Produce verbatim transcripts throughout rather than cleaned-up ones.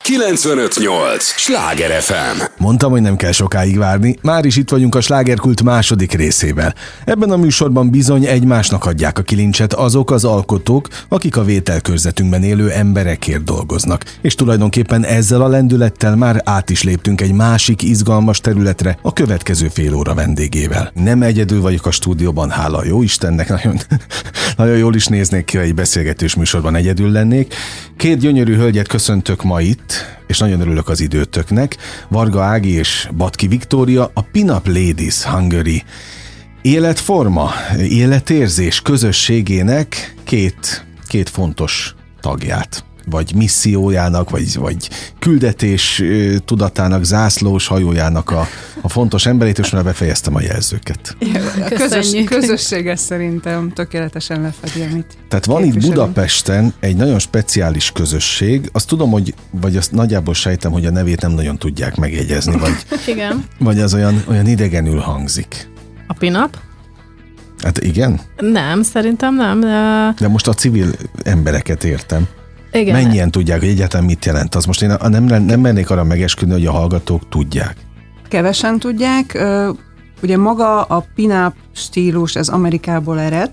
kilencvenöt nyolc Sláger ef em. Mondtam, hogy nem kell sokáig várni, már is itt vagyunk a Slágerkult második részével. Ebben a műsorban bizony egymásnak adják a kilincset azok az alkotók, akik a vételkörzetünkben élő emberekért dolgoznak. És tulajdonképpen ezzel a lendülettel már át is léptünk egy másik izgalmas területre a következő fél óra vendégével. Nem egyedül vagyok a stúdióban, hála jó Istennek, nagyon, nagyon jól is néznék ki, ha egy beszélgetős műsorban egyedül lennék. Két gyönyörű hölgyet köszöntök ma itt, és nagyon örülök az időtöknek. Varga Ági és Batki Viktória, a Pin-Up Ladies Hungary életforma, életérzés közösségének két, két fontos tagját, vagy missziójának, vagy, vagy küldetés tudatának, zászlós hajójának a, a fontos emberét, és már befejeztem a jelzőket. A közös, közösséges szerintem tökéletesen lefedi, amit Tehát van itt Budapesten egy nagyon speciális közösség, azt tudom, hogy, vagy azt nagyjából sejtem, hogy a nevét nem nagyon tudják megjegyezni, vagy, igen. vagy az olyan, olyan idegenül hangzik. A Pin-Up? Hát igen? Nem, szerintem nem. De, de most a civil embereket értem. Igen. Mennyien tudják, hogy egyáltalán mit jelent az? Most én nem, nem mernék arra megesküdni, hogy a hallgatók tudják. Kevesen tudják. Ugye maga a pin-up stílus, ez Amerikából ered,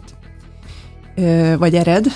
vagy ered.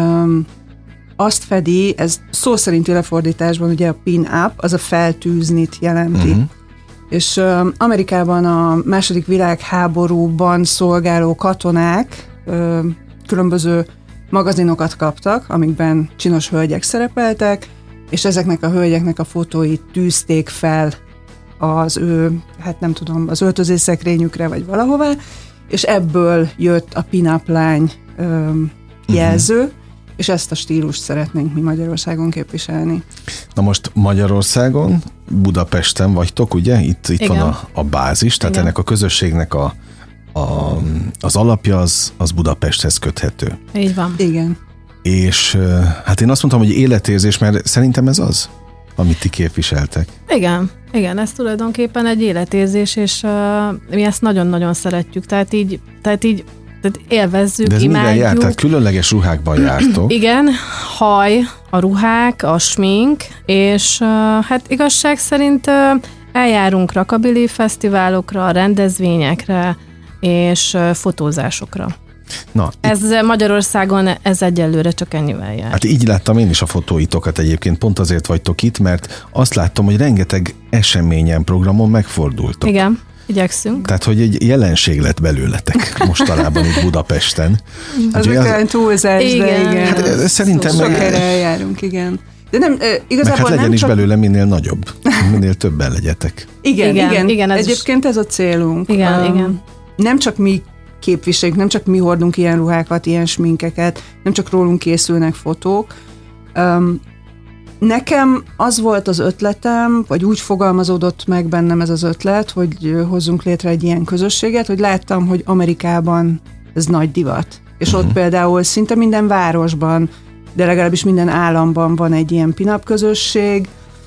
Azt fedi, ez szó szerinti lefordításban ugye a pin-up, az a feltűznit jelenti. Uh-huh. És Amerikában a második világháborúban szolgáló katonák különböző magazinokat kaptak, amikben csinos hölgyek szerepeltek, és ezeknek a hölgyeknek a fotóit tűzték fel az ő, hát nem tudom, az öltözésszekrényükre, vagy valahová, és ebből jött a pin-up lány ö, jelző, uh-huh. és ezt a stílust szeretnénk mi Magyarországon képviselni. Na most Magyarországon, Budapesten vagytok, ugye? Itt, itt van a, a bázis, tehát igen. ennek a közösségnek a A, az alapja az, az Budapesthez köthető. Így van. Igen. És hát én azt mondtam, hogy életérzés, mert szerintem ez az, amit ti képviseltek. Igen, igen, ez tulajdonképpen egy életérzés, és uh, mi ezt nagyon-nagyon szeretjük, tehát így, tehát így tehát élvezzük, de ez imádjuk. mivel járt? Tehát különleges ruhákban jártok. Igen, haj, a ruhák, a smink, és uh, hát igazság szerint uh, eljárunk rockabilly fesztiválokra, rendezvényekre, és fotózásokra. Na, ez itt... Magyarországon ez egyelőre csak ennyivel jár. Hát így láttam én is a fotóitokat egyébként, pont azért vagytok itt, mert azt láttam, hogy rengeteg eseményen, programon megfordultok. Igen, igyekszünk. Tehát, hogy egy jelenség lett belőletek mostanában itt Budapesten. Az olyan túlzás, de igen. Hát, szerintem sok meg... helyre eljárunk, igen. De nem, igazából meg hát legyen nem is csak... belőle minél nagyobb, minél többen legyetek. Igen, igen. igen. igen ez Egyébként is... ez a célunk. Igen, um, igen. Nem csak mi képviseljük, nem csak mi hordunk ilyen ruhákat, ilyen sminkeket, nem csak rólunk készülnek fotók. Um, nekem az volt az ötletem, vagy úgy fogalmazódott meg bennem ez az ötlet, hogy hozzunk létre egy ilyen közösséget, hogy láttam, hogy Amerikában ez nagy divat. És uh-huh. ott például szinte minden városban, de legalábbis minden államban van egy ilyen pin-up közösség.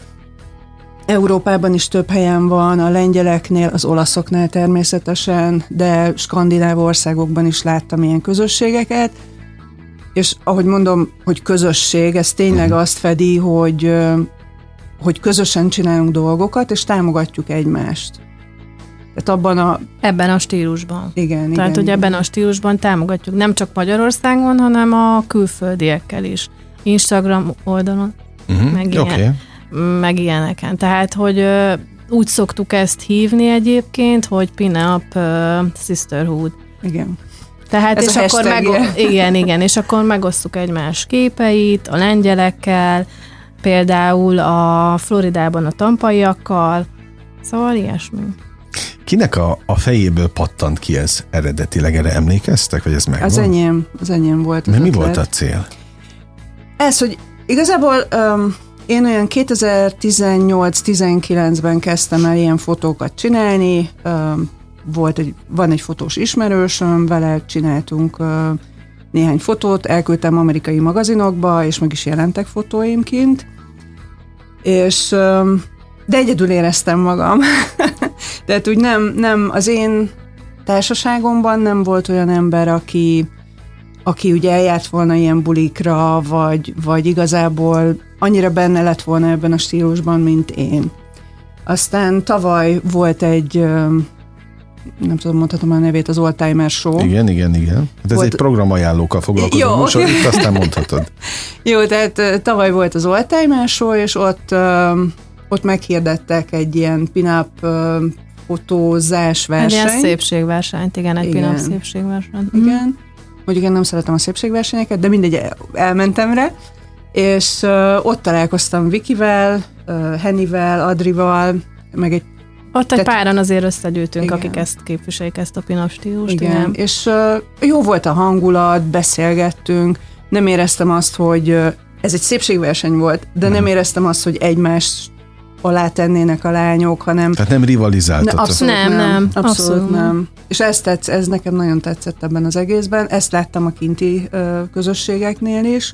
Európában is több helyen van, a lengyeleknél, az olaszoknál természetesen, de skandináv országokban is láttam ilyen közösségeket, és ahogy mondom, hogy közösség, ez tényleg azt fedi, hogy, hogy közösen csinálunk dolgokat, és támogatjuk egymást. Tehát abban a... Ebben a stílusban. Igen, Tehát, igen, hogy igen. ebben a stílusban támogatjuk nem csak Magyarországon, hanem a külföldiekkel is. Instagram oldalon, uh-huh. meg ilyen. Okay. meg ilyeneken. Tehát, hogy ö, úgy szoktuk ezt hívni egyébként, hogy Pin-Up uh, Sisterhood. Igen. Tehát, ez és a akkor meg, igen, igen, és akkor megosztjuk egymás képeit a lengyelekkel, például a Floridában a tampaiakkal, szóval ilyesmi. Kinek a, a fejéből pattant ki ez eredetileg? Erre emlékeztek, vagy ez megvan? Az enyém, az enyém volt. Mert mi volt a cél? Ez, hogy igazából um, én olyan kétezer-tizennyolc-tizenkilencben kezdtem el ilyen fotókat csinálni, um, volt egy, van egy fotós ismerősöm, vele csináltunk uh, néhány fotót, elküldtem amerikai magazinokba, és meg is jelentek fotóim kint, és um, de egyedül éreztem magam. Tehát úgy nem, nem, az én társaságomban nem volt olyan ember, aki, aki ugye eljárt volna ilyen bulikra, vagy, vagy igazából annyira benne lett volna ebben a stílusban, mint én. Aztán tavaly volt egy, nem tudom, mondhatom a nevét, az Oldtimer Show. Igen, igen, igen. Hát ez volt... egy programajánlókkal foglalkozó Jó, műsor, okay. Itt aztán mondhatod. Jó, tehát tavaly volt az Oldtimer Show, és ott, ott meghirdettek egy ilyen pin-up fotózás versenyt. Egy ilyen szépségversenyt, igen, egy pin-up szépségversenyt. Igen. Mondjuk én nem szeretem a szépségversenyeket, de mindegy, elmentem rá, és uh, ott találkoztam Vikivel, uh, Hennivel, Adrival, meg egy... Ott egy tehát, páran azért összegyűjtünk, igen. akik ezt képviselik, ezt a pin-up stílust. Igen, igen. és uh, jó volt a hangulat, beszélgettünk, nem éreztem azt, hogy uh, ez egy szépségverseny volt, de nem éreztem azt, hogy egymás alá tennének a lányok, hanem... Tehát nem rivalizáltatok. Ne, abszolút nem, nem, nem, abszolút, abszolút nem. nem. És ez, tetsz, ez nekem nagyon tetszett ebben az egészben, ezt láttam a kinti ö, közösségeknél is,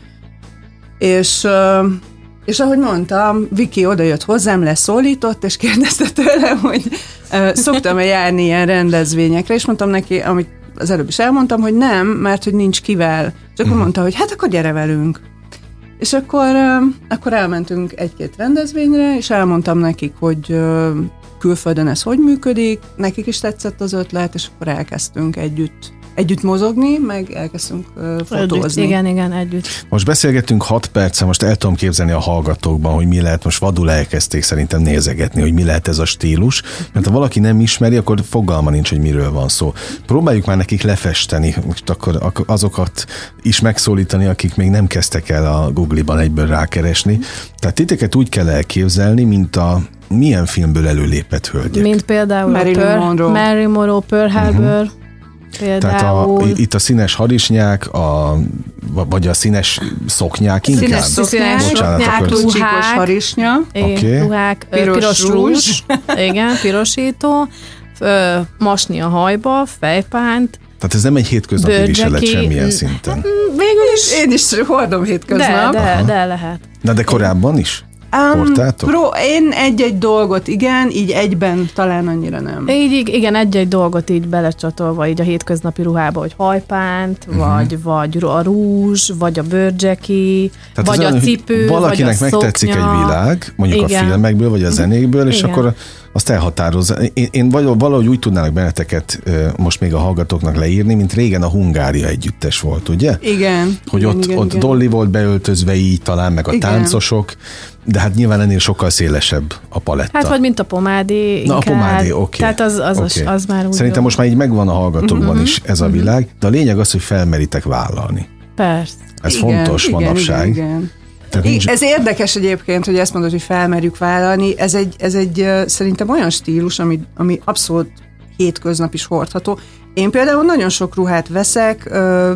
és, ö, és ahogy mondtam, Viki odajött hozzám, leszólított, és kérdezte tőlem, hogy ö, szoktam-e járni ilyen rendezvényekre, és mondtam neki, amit az előbb is elmondtam, hogy nem, mert hogy nincs kivel. És akkor uh-huh. mondta, hogy hát akkor gyere velünk. És akkor, akkor elmentünk egy-két rendezvényre, és elmondtam nekik, hogy külföldön ez hogy működik, nekik is tetszett az ötlet, és akkor elkezdtünk együtt, együtt mozogni, meg elkezdtünk fotózni. Együtt, igen, igen, együtt. Most beszélgettünk hat percen, most el tudom képzelni a hallgatókban, hogy mi lehet, most vadul elkezdték szerintem nézegetni, hogy mi lehet ez a stílus, mert ha valaki nem ismeri, akkor fogalma nincs, hogy miről van szó. Próbáljuk már nekik lefesteni, most akkor azokat is megszólítani, akik még nem kezdtek el a Google-ban egyből rákeresni. Tehát titeket úgy kell elképzelni, mint a milyen filmből előlépett hölgyek. Mint például Marilyn a Monroe. Marilyn Monroe, Pearl Harbor, uh-huh. Például... Tehát a, itt a színes harisnyák, a, vagy a színes szoknyák inkább? Színes szoknyák, Bocsánat, ruhák, harisnya, okay. ruhák, piros, piros rúzs, igen, pirosító, masni a hajba, fejpánt. Tehát ez nem egy hétköznapi bőrgyeki, viselet semmilyen szinten. Végül is én is hordom hétköznap. De, de, de lehet. Na de korábban is? Um, pró, én egy-egy dolgot igen, így egyben talán annyira nem. Így, igen, egy-egy dolgot így belecsatolva így a hétköznapi ruhába, hogy hajpánt, uh-huh. vagy, vagy a rúzs, vagy a bőrgyeki, vagy olyan, a cipő, valakinek vagy a megtetszik szoknya. Egy világ, mondjuk igen. a filmekből, vagy a zenékből, és igen. akkor azt elhatározza. Én, én valahogy úgy tudnának benneteket most még a hallgatóknak leírni, mint régen a Hungária együttes volt, ugye? Igen. Hogy igen, ott, igen, ott igen. Dolly volt beöltözve így talán, meg a igen. táncosok, de hát nyilván ennél sokkal szélesebb a paletta. Hát vagy mint a pomádé. Na inkább. a pomádé, oké. Okay. Tehát az, az, okay. az, az már úgy Szerintem jó. most már így megvan a hallgatókban uh-huh. is ez a uh-huh. világ, de a lényeg az, hogy felmeritek vállalni. Persze. Ez igen, fontos igen, manapság. Igen, igen. Tehát nincs... Ez érdekes egyébként, hogy ezt mondod, hogy felmerjük vállalni. Ez egy, ez egy szerintem olyan stílus, ami, ami abszolút hétköznap is hordható. Én például nagyon sok ruhát veszek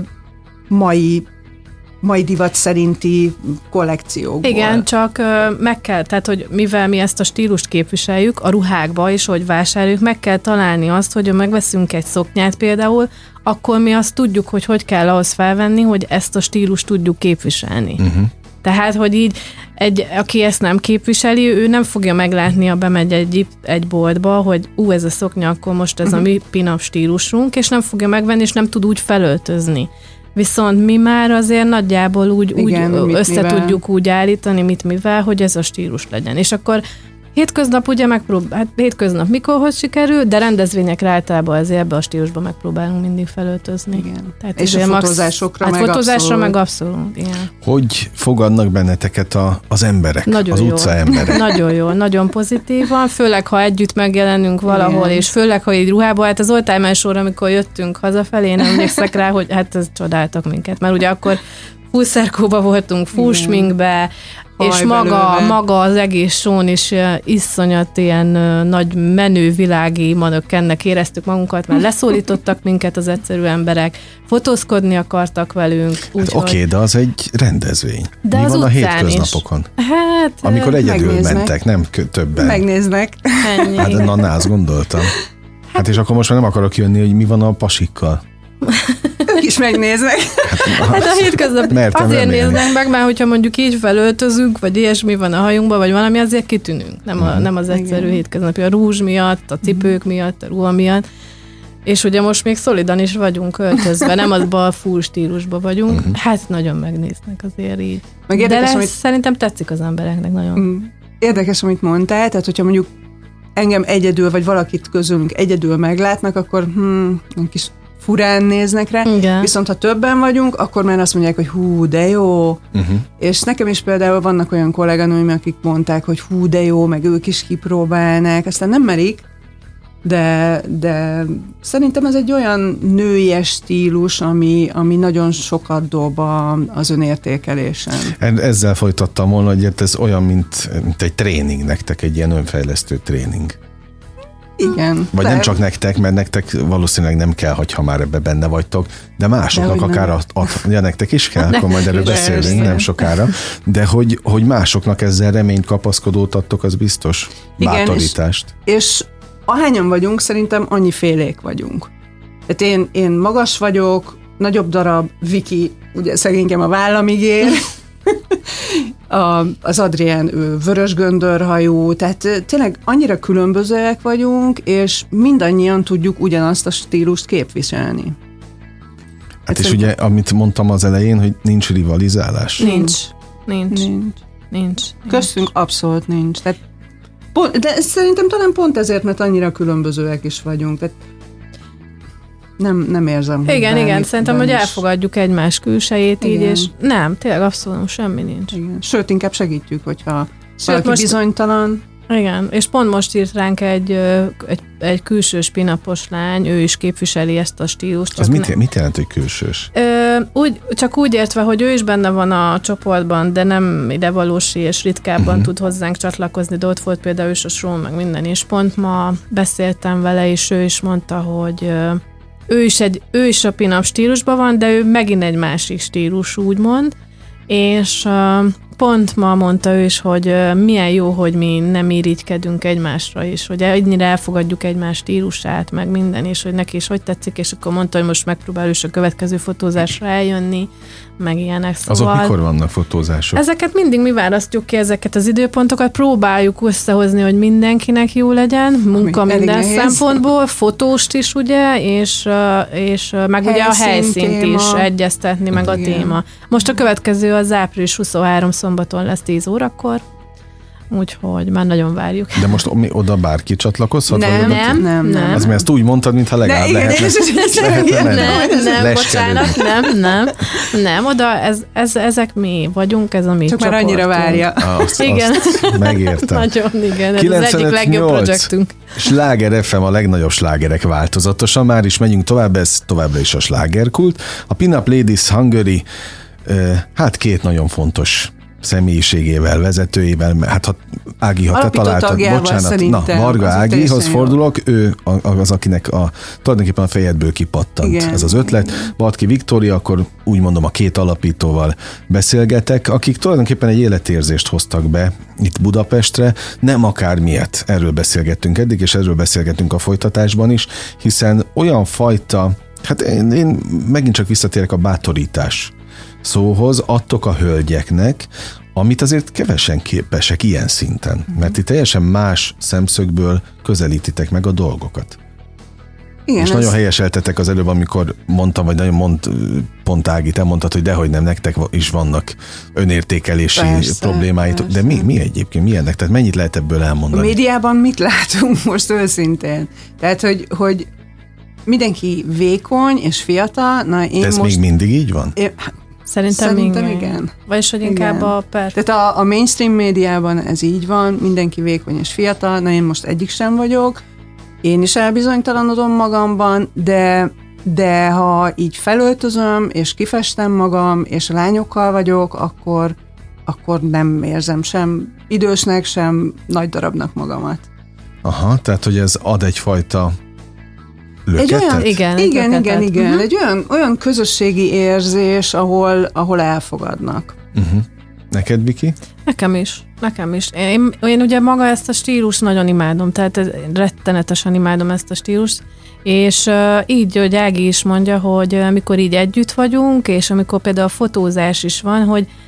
mai mai divat szerinti kollekciókból. Igen, csak uh, meg kell, tehát, hogy mivel mi ezt a stílust képviseljük, a ruhákba is, hogy vásároljuk, meg kell találni azt, hogy megveszünk egy szoknyát például, akkor mi azt tudjuk, hogy hogy kell ahhoz felvenni, hogy ezt a stílust tudjuk képviselni. Uh-huh. Tehát, hogy így, egy, aki ezt nem képviseli, ő nem fogja meglátni, ha bemegy egy, egy boltba, hogy ú, ez a szoknya, akkor most ez uh-huh. a mi pin-up stílusunk, és nem fogja megvenni, és nem tud úgy felöltözni. Viszont mi már azért nagyjából úgy, igen, úgy össze mivel. tudjuk úgy állítani, mit mivel, hogy ez a stílus legyen. És akkor hétköznap ugye megpróbál, hát hétköznap mikor, hogy sikerül, de rendezvényekre általában azért ebbe a stílusban megpróbálunk mindig felöltözni. Igen. Tehát és a fotózásokra max, meg hát fotózásra abszolút. meg abszolút, igen. Hogy fogadnak benneteket a, az emberek, nagyon az jól. utca emberek? Nagyon jó, nagyon pozitívan, főleg, ha együtt megjelenünk valahol, igen. és főleg, ha így ruhába, hát az Oldtimer Show-ra, amikor jöttünk hazafelé, én emlékszek rá, hogy hát ez csodáltak minket, mert ugye akkor full szerkóba voltunk, full igen. sminkbe, és maga, maga az egész show-n is iszonyat ilyen nagy menő világi manökkennek éreztük magunkat, mert leszólítottak minket az egyszerű emberek, fotózkodni akartak velünk. Hát oké, okay, de az egy rendezvény. De mi az van a Is. hétköznapokon? Hát, amikor egyedül megnéznek. mentek, nem többen. Megnéznek. Ennyi. Hát na, na, azt gondoltam. Hát és akkor most már nem akarok jönni, hogy mi van a pasikkal. Ők is megnéznek. Hát, hát a hétköznap azért remélni. Néznek meg, mert hogyha mondjuk így felöltözünk, vagy ilyesmi van a hajunkban, vagy valami, azért kitűnünk. Nem, a, nem az egyszerű hétköznapi. A rúzs miatt, a cipők miatt, a ruha miatt. És ugye most még szolidan is vagyunk öltözve, nem azban a full stílusban vagyunk. Uh-huh. Hát nagyon megnéznek azért így. Meg érdekes, de amit... szerintem tetszik az embereknek nagyon. Mm. Érdekes, amit mondtál, tehát hogyha mondjuk engem egyedül, vagy valakit közülünk egyedül meglátnak, akkor hm, kis furán néznek rá. Igen. Viszont ha többen vagyunk, akkor már azt mondják, hogy hú, de jó. Uh-huh. És nekem is például vannak olyan kolléganőim, akik mondták, hogy hú, de jó, meg ők is kipróbálnák, aztán nem merik, de, de szerintem ez egy olyan nőies stílus, ami, ami nagyon sokat dob az önértékelésen. Ezzel folytattam volna, hogy ez olyan, mint, mint egy tréning nektek, egy ilyen önfejlesztő tréning. Igen. Vagy de... nem csak nektek, mert nektek valószínűleg nem kell, hogyha már ebbe benne vagytok, de másoknak de akár, a, a, ja, nektek is kell, akkor majd erről beszélünk nem sokára, de hogy, hogy másoknak ezzel reményt, kapaszkodót adtok, az biztos. Igen, bátorítást. És, és ahányan vagyunk, szerintem annyi félék vagyunk. Tehát én, én magas vagyok, nagyobb darab, Viki, ugye szegénykem a vállamig ér, a, az Adrián, ő vörös göndörhajú, tehát tényleg annyira különbözőek vagyunk, és mindannyian tudjuk ugyanazt a stílust képviselni. Hát és ugye, amit mondtam az elején, hogy nincs rivalizálás. Nincs. Nincs. Nincs. Nincs. Köztünk abszolút nincs. Tehát pont, de szerintem talán pont ezért, mert annyira különbözőek is vagyunk. Tehát nem, nem érzem. Igen, igen, szerintem, hogy elfogadjuk egymás külsejét igen. így, és nem, tényleg abszolút semmi nincs. Igen. Sőt, inkább segítjük, hogyha Sőt, valaki most, bizonytalan. Igen, és pont most írt ránk egy, egy, egy külsős pinapos lány, ő is képviseli ezt a stílust. Az mit, ne... mit jelent, hogy külsős? Ö, úgy, csak úgy értve, hogy ő is benne van a csoportban, de nem idevalósi és ritkábban uh-huh. tud hozzánk csatlakozni, de ott volt például is a show, meg minden, és pont ma beszéltem vele, és ő is mondta, hogy ő is, egy, ő is a pin-up stílusban van, de ő megint egy másik stílus, úgymond, és uh, pont ma mondta ő is, hogy uh, milyen jó, hogy mi nem irigykedünk egymásra is, hogy ennyire elfogadjuk egymás stílusát, meg minden, és hogy neki is hogy tetszik, és akkor mondta, hogy most megpróbál is a következő fotózásra eljönni, meg ilyenek. Szóval azok mikor vannak fotózások? Ezeket mindig mi választjuk ki, ezeket az időpontokat, próbáljuk összehozni, hogy mindenkinek jó legyen, munka ami minden szempontból, fotóst is ugye, és, és meg helyszín, ugye a helyszínt téma. Is egyeztetni, meg igen. a téma. Most a következő az április huszonharmadika szombaton lesz tíz órakor, úgyhogy már nagyon várjuk. De most mi, oda bárki csatlakozhat? Nem, nem, nem, nem. Az mert ezt úgy mondtad, mintha legalább lehetne. Nem, nem, bocsánat, nem, nem. Nem, oda ez, ez, ezek mi vagyunk, ez a mi csak csoportunk. Már annyira várja. Azt, igen. Azt megértem. Nagyon, igen. Ez az egyik legjobb projektünk. Sláger ef em, a legnagyobb slágerek változatosan. Már is megyünk tovább, ez továbbra is a slágerkult. A Pin-Up Ladies Hungary, hát két nagyon fontos személyiségével, vezetőjével, hát ha Ági, ha te találtad, bocsánat, szerintem, na, Varga Ágihoz fordulok, ő az, akinek a, tulajdonképpen a fejedből kipattant igen. ez az ötlet. Bartki Viktória, akkor úgy mondom a két alapítóval beszélgetek, akik tulajdonképpen egy életérzést hoztak be itt Budapestre, nem akármilyet, erről beszélgettünk eddig, és erről beszélgettünk a folytatásban is, hiszen olyan fajta, hát én, én megint csak visszatérek a bátorítás szóhoz, adtok a hölgyeknek, amit azért kevesen képesek ilyen szinten, mert itt teljesen más szemszögből közelítitek meg a dolgokat. Igen, és ez... nagyon helyeseltetek az előbb, amikor mondtam, vagy nagyon mond, pont Ági, te mondtad, hogy dehogy nem, nektek is vannak önértékelési persze, problémáitok, persze. De mi, mi egyébként, mi ennek? Tehát mennyit lehet ebből elmondani? A médiában mit látunk most őszintén? Tehát, hogy, hogy mindenki vékony és fiatal, na én de ez most... még mindig így van? Én, Szerintem, Szerintem igen. igen. Vagyis, hogy inkább igen. a per... Tehát a, a mainstream médiában ez így van, mindenki vékony és fiatal, na én most egyik sem vagyok, én is elbizonytalanodom magamban, de, de ha így felöltözöm, és kifestem magam, és lányokkal vagyok, akkor, akkor nem érzem sem idősnek, sem nagy darabnak magamat. Aha, tehát hogy ez ad egyfajta löketet? Egy olyan, igen, igen, igen, igen. Uh-huh. Egy olyan, olyan közösségi érzés, ahol, ahol elfogadnak. Uh-huh. Neked, Viki? Nekem is, nekem is. Én, én ugye maga ezt a stílust nagyon imádom, tehát rettenetesen imádom ezt a stílust, és uh, így, hogy Ági is mondja, hogy amikor így együtt vagyunk, és amikor például a fotózás is van, hogy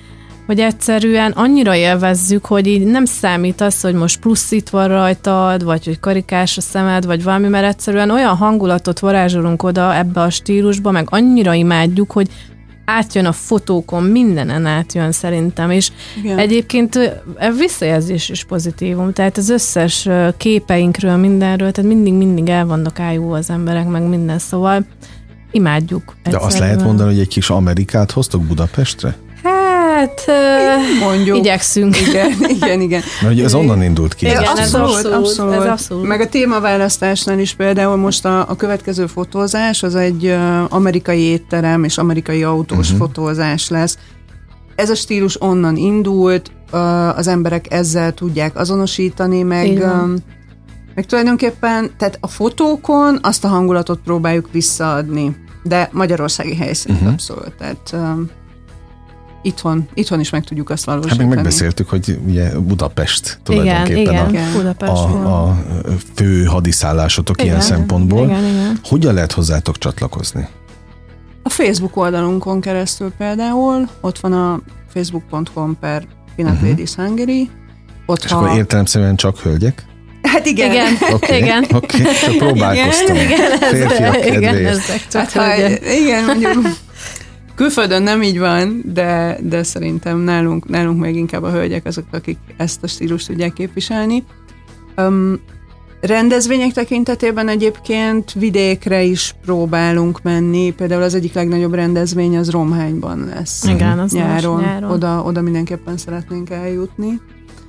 hogy egyszerűen annyira élvezzük, hogy így nem számít az, hogy most plusz itt van rajtad, vagy hogy karikás a szemed, vagy valami, mert egyszerűen olyan hangulatot varázsolunk oda ebbe a stílusba, meg annyira imádjuk, hogy átjön a fotókon, mindenen átjön szerintem, és igen. Egyébként a visszajelzés is pozitívum, tehát az összes képeinkről, mindenről, tehát mindig-mindig el vannak ájulva az emberek, meg minden, szóval imádjuk. De egyszerűen. Azt lehet mondani, hogy egy kis Amerikát hoztok Budapestre? Hát, mondjuk. Igyekszünk. Igen, igen, igen. Mert ugye ez onnan indult ki. Igen, ez abszolút, abszolút, abszolút. Ez abszolút. Meg a témaválasztásnál is például most a, a következő fotózás, az egy uh, amerikai étterem és amerikai autós uh-huh. fotózás lesz. Ez a stílus onnan indult, uh, az emberek ezzel tudják azonosítani, meg, um, meg tulajdonképpen, tehát a fotókon azt a hangulatot próbáljuk visszaadni, de magyarországi helyszínen uh-huh. abszolút, tehát... Um, Itthon, itthon is meg tudjuk azt valósítani. Hát még megbeszéltük, hogy ugye Budapest tulajdonképpen igen, a, igen. Budapest a, a fő hadiszállásotok igen, ilyen szempontból. Igen, igen. Hogyan lehet hozzátok csatlakozni? A Facebook oldalunkon keresztül például, ott van a facebook pont com per Pin-Up uh-huh. Ladies Hungary. Ott És ha... akkor értelemszerűen csak hölgyek? Hát igen. Igen, okay, igen. Oké, okay. Csak próbálkoztam. Igen, ez, Férfiak kedvéért. Igen, ezek csak hát, ha, igen, mondjuk külföldön nem így van, de, de szerintem nálunk, nálunk még inkább a hölgyek azok, akik ezt a stílust tudják képviselni. Um, rendezvények tekintetében egyébként vidékre is próbálunk menni, például az egyik legnagyobb rendezvény az Romhányban lesz. Igen, az nyáron. nyáron. Oda, oda mindenképpen szeretnénk eljutni.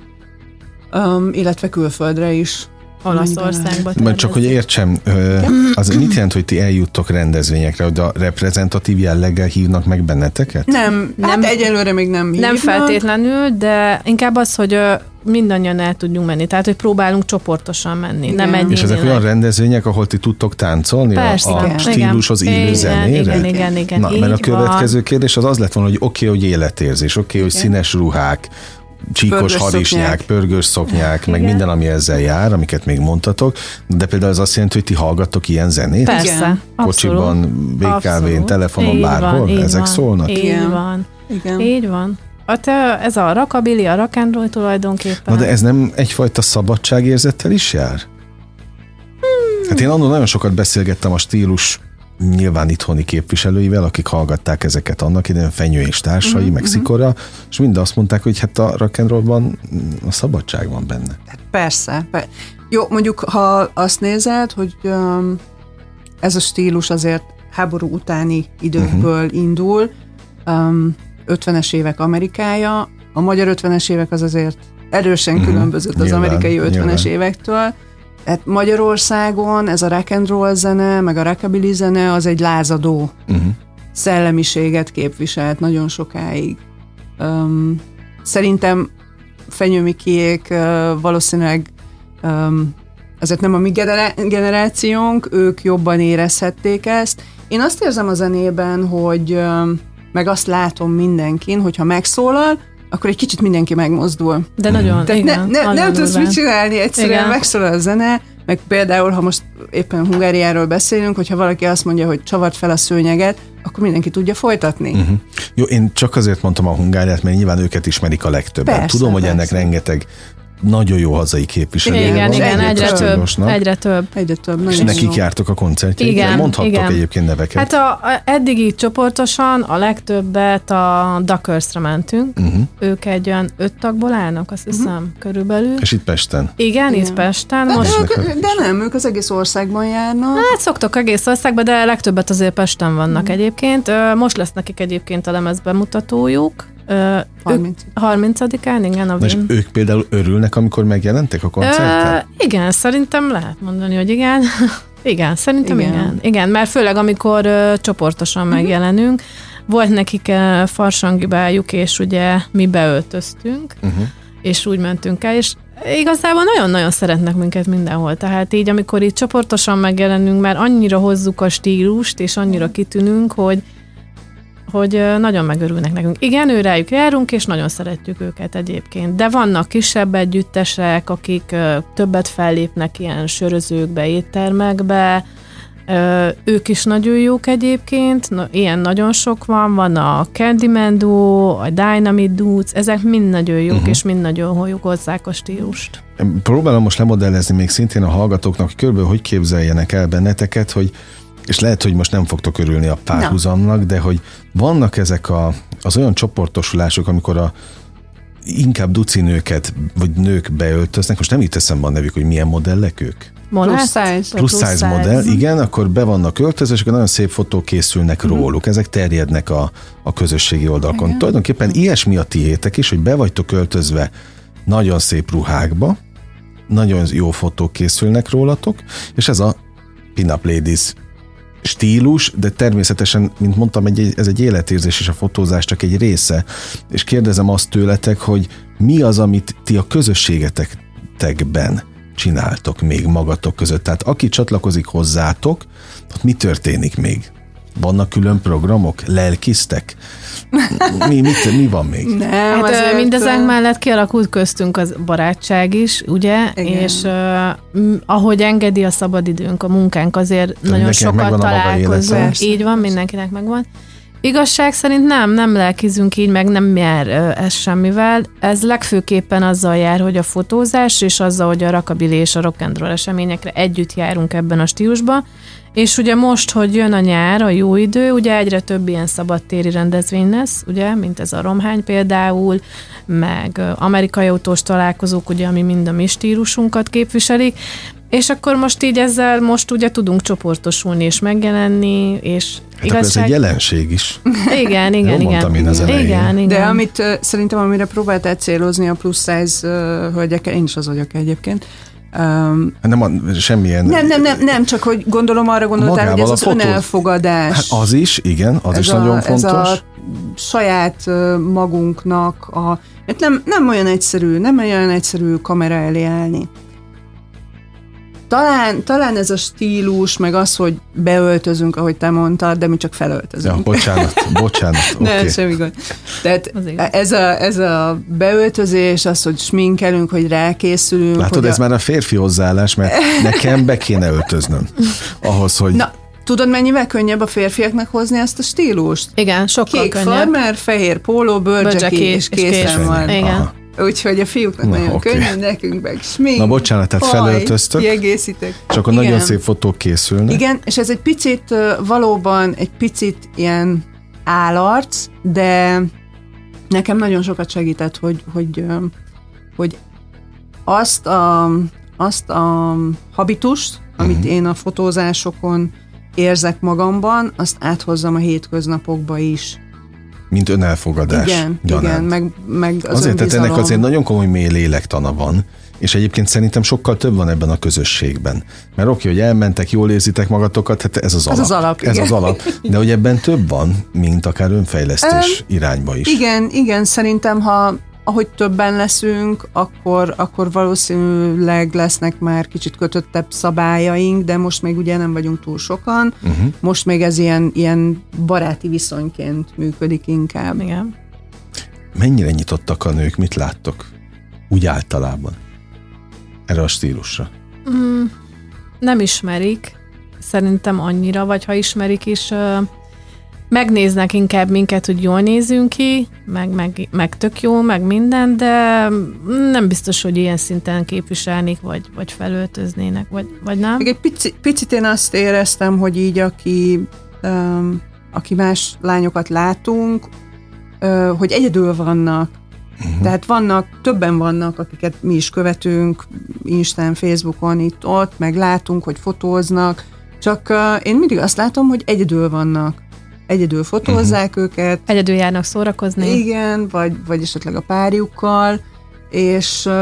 Um, illetve külföldre is. Olaszországban. Mert csak, hogy értsem, az mit jelent, hogy ti eljuttok rendezvényekre, hogy a reprezentatív jelleggel hívnak meg benneteket? Nem, nem hát egyelőre még nem hívnak. Nem feltétlenül, de inkább az, hogy mindannyian el tudjunk menni. Tehát, hogy próbálunk csoportosan menni. Igen. Nem egyénileg. És ezek olyan rendezvények, ahol ti tudtok táncolni persze, a, a stílushoz illő igen, zenére? Igen, igen, igen. Na, mert a következő van. Kérdés az az lett volna, hogy oké, okay, hogy életérzés, oké, okay, hogy színes ruhák, csíkos pörgős harisnyák, szoknyák. pörgős szoknyák, meg igen. minden, ami ezzel jár, amiket még mondtatok, de például az azt jelenti, hogy ti hallgattok ilyen zenét? Persze, kocsiban, bé ká vén, telefonon, így bárhol? Van, ezek van, szólnak? Így igen. van. Igen. Így van. Hát ez a rockabilly, a rock and roll tulajdonképpen. Na de ez nem egyfajta szabadságérzettel is jár? Hmm. Hát én annól nagyon sokat beszélgettem a stílus nyilván itthoni képviselőivel, akik hallgatták ezeket annak idején, Fenyő és társai, uh-huh, meg Szikora, és mind azt mondták, hogy hát a rock and rollban a szabadság van benne. Persze. persze. Jó, mondjuk, ha azt nézed, hogy um, ez a stílus azért háború utáni időkből uh-huh. indul, um, ötvenes évek Amerikája, a magyar ötvenes évek az azért erősen uh-huh. különbözött az nyilván, amerikai ötvenes nyilván. évektől. Hát Magyarországon ez a rock and roll zene, meg a rockabilly zene az egy lázadó uh-huh. szellemiséget képviselt nagyon sokáig. Um, szerintem Fenyő Mikiék uh, valószínűleg um, azért nem a mi genera- generációnk, ők jobban érezhették ezt. Én azt érzem a zenében, hogy um, meg azt látom mindenkin, hogyha megszólal, akkor egy kicsit mindenki megmozdul. De nagyon, Tehát igen. Ne, ne, nagyon nem tudsz mit csinálni, egyszerűen igen. megszólal a zene, meg például, ha most éppen Hungáriáról beszélünk, hogyha valaki azt mondja, hogy csavart fel a szőnyeget, akkor mindenki tudja folytatni. Uh-huh. Jó, én csak azért mondtam a Hungáriát, mert nyilván őket ismerik a legtöbben. Persze, Tudom, hogy persze. ennek rengeteg nagyon jó hazai képviselője igen, van. Igen, egyre több, egyre több. Egyre több. És nekik jó. Jártok a koncertjeikre? Igen, mondhattok igen. egyébként neveket. Hát a, a, eddig így csoportosan a legtöbbet a Duckersre mentünk. Uh-huh. Ők egy olyan öt tagból állnak, azt hiszem, uh-huh. körülbelül. És itt Pesten? Igen, igen. itt Pesten. De, most... ők, de nem, ők az egész országban járnak. Hát szoktak egész országban, de legtöbbet azért Pesten vannak uh-huh. egyébként. Most lesz nekik egyébként a lemez bemutatójuk. harmincadikán, igen, a és ők például örülnek, amikor megjelentek a koncerten? Ö, igen, szerintem lehet mondani, hogy igen. igen, szerintem igen. igen. Igen, mert főleg amikor ö, csoportosan uh-huh. megjelenünk. Volt nekik uh, farsangibájuk, és ugye mi beöltöztünk, uh-huh. és úgy mentünk el, és igazából nagyon-nagyon szeretnek minket mindenhol. Tehát így, amikor így csoportosan megjelenünk, mert annyira hozzuk a stílust, és annyira kitűnünk, hogy hogy nagyon megörülnek nekünk. Igen, ő rájuk járunk, és nagyon szeretjük őket egyébként. De vannak kisebb együttesek, akik többet fellépnek ilyen sörözőkbe, éttermekbe, Ö, ők is nagyon jók egyébként, na, ilyen nagyon sok van, van a Candyman Duo, a Dynamite Dudes, ezek mind nagyon jók, uh-huh. és mind nagyon jók hozzák a stílust. Próbálom most lemodellezni még szintén a hallgatóknak, hogy körülbelül hogy képzeljenek el benneteket, hogy, és lehet, hogy most nem fogtok örülni a párhuzamnak, de hogy vannak ezek a, az olyan csoportosulások, amikor a inkább duci nőket, vagy nők beöltöznek, most nem itt eszembe a nevük, hogy milyen modellek ők? Plus size. Plus size modell, igen, akkor be vannak öltözve, és akkor nagyon szép fotók készülnek mm. róluk. Ezek terjednek a, a közösségi oldalakon. Igen. Tulajdonképpen ilyesmi a tiétek is, hogy be vagytok öltözve nagyon szép ruhákba, nagyon jó fotók készülnek rólatok, és ez a pin-up ladies stílus, de természetesen, mint mondtam, egy, ez egy életérzés, és a fotózás csak egy része. És kérdezem azt tőletek, hogy mi az, amit ti a közösségetekben csináltok még magatok között. Tehát aki csatlakozik hozzátok, ott mi történik még? Vannak külön programok? Lelkiztek? Mi, mit, mi van még? Nem, hát azért... mindezek mellett kialakult köztünk az barátság is, ugye? Igen. És uh, ahogy engedi a szabadidőnk, a munkánk, azért de nagyon sokat találkozunk. Így van, mindenkinek megvan. Igazság szerint nem, nem lelkizünk így, meg nem jár ez semmivel. Ez legfőképpen azzal jár, hogy a fotózás, és azzal, hogy a rockabilly és a rock and roll eseményekre együtt járunk ebben a stílusban. És ugye most, hogy jön a nyár, a jó idő, ugye egyre több ilyen szabadtéri rendezvény lesz, ugye, mint ez a Romhány például, meg amerikai autós találkozók, ugye, ami mind a mi stílusunkat képviselik, és akkor most így ezzel most ugye tudunk csoportosulni és megjelenni, és hát igazság... ez egy jelenség is. Igen, igen, Jó, igen. Én az igen, igen. De amit uh, szerintem, amire próbáltál célozni a plusz size uh, hölgyekkel, én is az vagyok egyébként. Um, nem a, semmilyen... Nem, nem, nem, nem, csak hogy gondolom, arra gondoltál, hogy ez az fotó... önelfogadás. Hát az is, igen, az ez is a, nagyon fontos. Ez a saját magunknak a... Nem, nem olyan egyszerű, nem olyan egyszerű kamera elé állni. Talán, talán ez a stílus, meg az, hogy beöltözünk, ahogy te mondtad, de mi csak felöltözünk. Ja, bocsánat, bocsánat. Nem, okay. Semmi gond. Tehát ez a, ez a beöltözés, az, hogy sminkelünk, hogy rákészülünk. Látod, ez a... már a férfi hozzáállás, mert nekem be kéne öltöznöm. Ahhoz, hogy... Na, tudod, mennyivel könnyebb a férfiaknak hozni ezt a stílust? Igen, sokkal Kék könnyebb. Kék farmer, fehér póló, bőrcseki, és készen van. Igen. Úgyhogy a fiúknak na, nagyon okay. könnyű, nekünk meg smink. Na bocsánat, tehát faj, felöltöztök, kiegészítek. És akkor igen. Nagyon szép fotók készülnek. Igen, és ez egy picit valóban egy picit ilyen állarc, de nekem nagyon sokat segített, hogy, hogy, hogy azt, a, azt a habitust, amit uh-huh. én a fotózásokon érzek magamban, azt áthozzam a hétköznapokba is. Mint önelfogadás. Igen, igen, meg, meg az azért, tehát önbizalom. Ennek azért nagyon komoly mély lélektana van, és egyébként szerintem sokkal több van ebben a közösségben. Mert oké, hogy elmentek, jól érzitek magatokat, hát ez az alap. Ez az alap, ez az alap. De hogy ebben több van, mint akár önfejlesztés um, irányba is. Igen, igen, szerintem, ha ahogy többen leszünk, akkor, akkor valószínűleg lesznek már kicsit kötöttebb szabályaink, de most még ugye nem vagyunk túl sokan. Uh-huh. Most még ez ilyen, ilyen baráti viszonyként működik inkább. Igen. Mennyire nyitottak a nők, mit láttok? Úgy általában. Erre a stílusra. Mm, nem ismerik. Szerintem annyira, vagy ha ismerik is, megnéznek inkább minket, hogy jól nézünk ki, meg, meg, meg tök jó, meg minden, de nem biztos, hogy ilyen szinten képviselnék, vagy, vagy felöltöznének, vagy, vagy nem. Egy pici, picit én azt éreztem, hogy így aki, um, aki más lányokat látunk, uh, hogy egyedül vannak. Uh-huh. Tehát vannak, többen vannak, akiket mi is követünk, Instán, Facebookon, itt-ott, meg látunk, hogy fotóznak, csak uh, én mindig azt látom, hogy egyedül vannak. Egyedül fotózzák uh-huh. őket. Egyedül járnak szórakozni. Igen, vagy, vagy esetleg a párjukkal, és uh,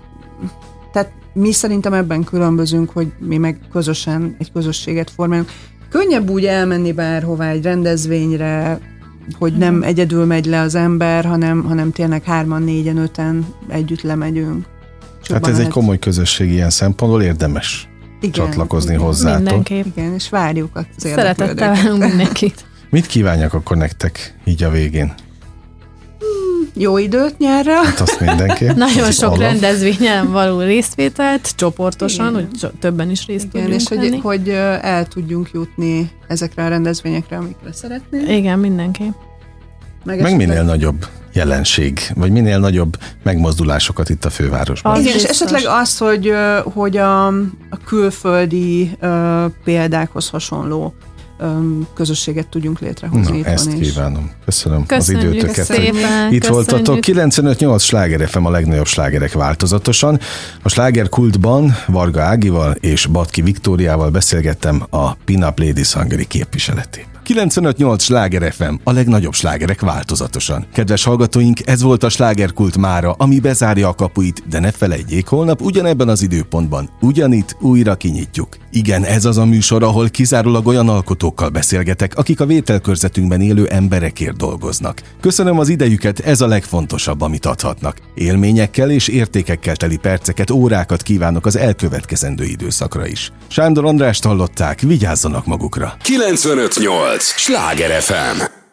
tehát mi szerintem ebben különbözünk, hogy mi meg közösen egy közösséget formálunk. Könnyebb úgy elmenni bárhová egy rendezvényre, hogy uh-huh. nem egyedül megy le az ember, hanem, hanem tényleg hárman, négyen, öten együtt lemegyünk. Hát ez egy komoly közösség ilyen szempontból, érdemes igen, csatlakozni igen. hozzátok. Mindenképp. Igen, és várjuk az szeretettel várunk mindenkit. Mit kívánjak akkor nektek így a végén? Hmm, jó időt nyárra. Hát azt mindenképp. Nagyon sok alap. rendezvényen való részvételt, csoportosan, igen. hogy többen is részt Igen, tudjunk és venni. hogy, hogy el tudjunk jutni ezekre a rendezvényekre, amikre szeretnénk. Igen, mindenki. Meg, Meg minél nagyobb jelenség, vagy minél nagyobb megmozdulásokat itt a fővárosban. Az Igen, és biztos. esetleg az, hogy, hogy a, a külföldi uh, példákhoz hasonló um, közösséget tudjunk létrehozni. Na, itt ezt van is. kívánom. Köszönöm Köszönjük az időtöket. szépen, Itt köszönjük. voltatok. kilencvenöt nyolc Sláger ef em, a legnagyobb slágerek változatosan. A slágerkultban Varga Ágival és Batki Viktóriával beszélgettem a Pin-Up Ladies Hungary képviseletében. kilencvenöt nyolc Sláger ef em, a legnagyobb slágerek változatosan. Kedves hallgatóink, ez volt a Slágerkult mára, ami bezárja a kapuit, de ne felejtjék, holnap ugyanebben az időpontban, ugyanitt újra kinyitjuk. Igen, ez az a műsor, ahol kizárólag olyan alkotókkal beszélgetek, akik a vételkörzetünkben élő emberekért dolgoznak. Köszönöm az idejüket, ez a legfontosabb, amit adhatnak. Élményekkel és értékekkel teli perceket, órákat kívánok az elkövetkezendő időszakra is. Sándor Andrást hallották, vigyázzanak magukra! kilencvenöt nyolc Sláger ef em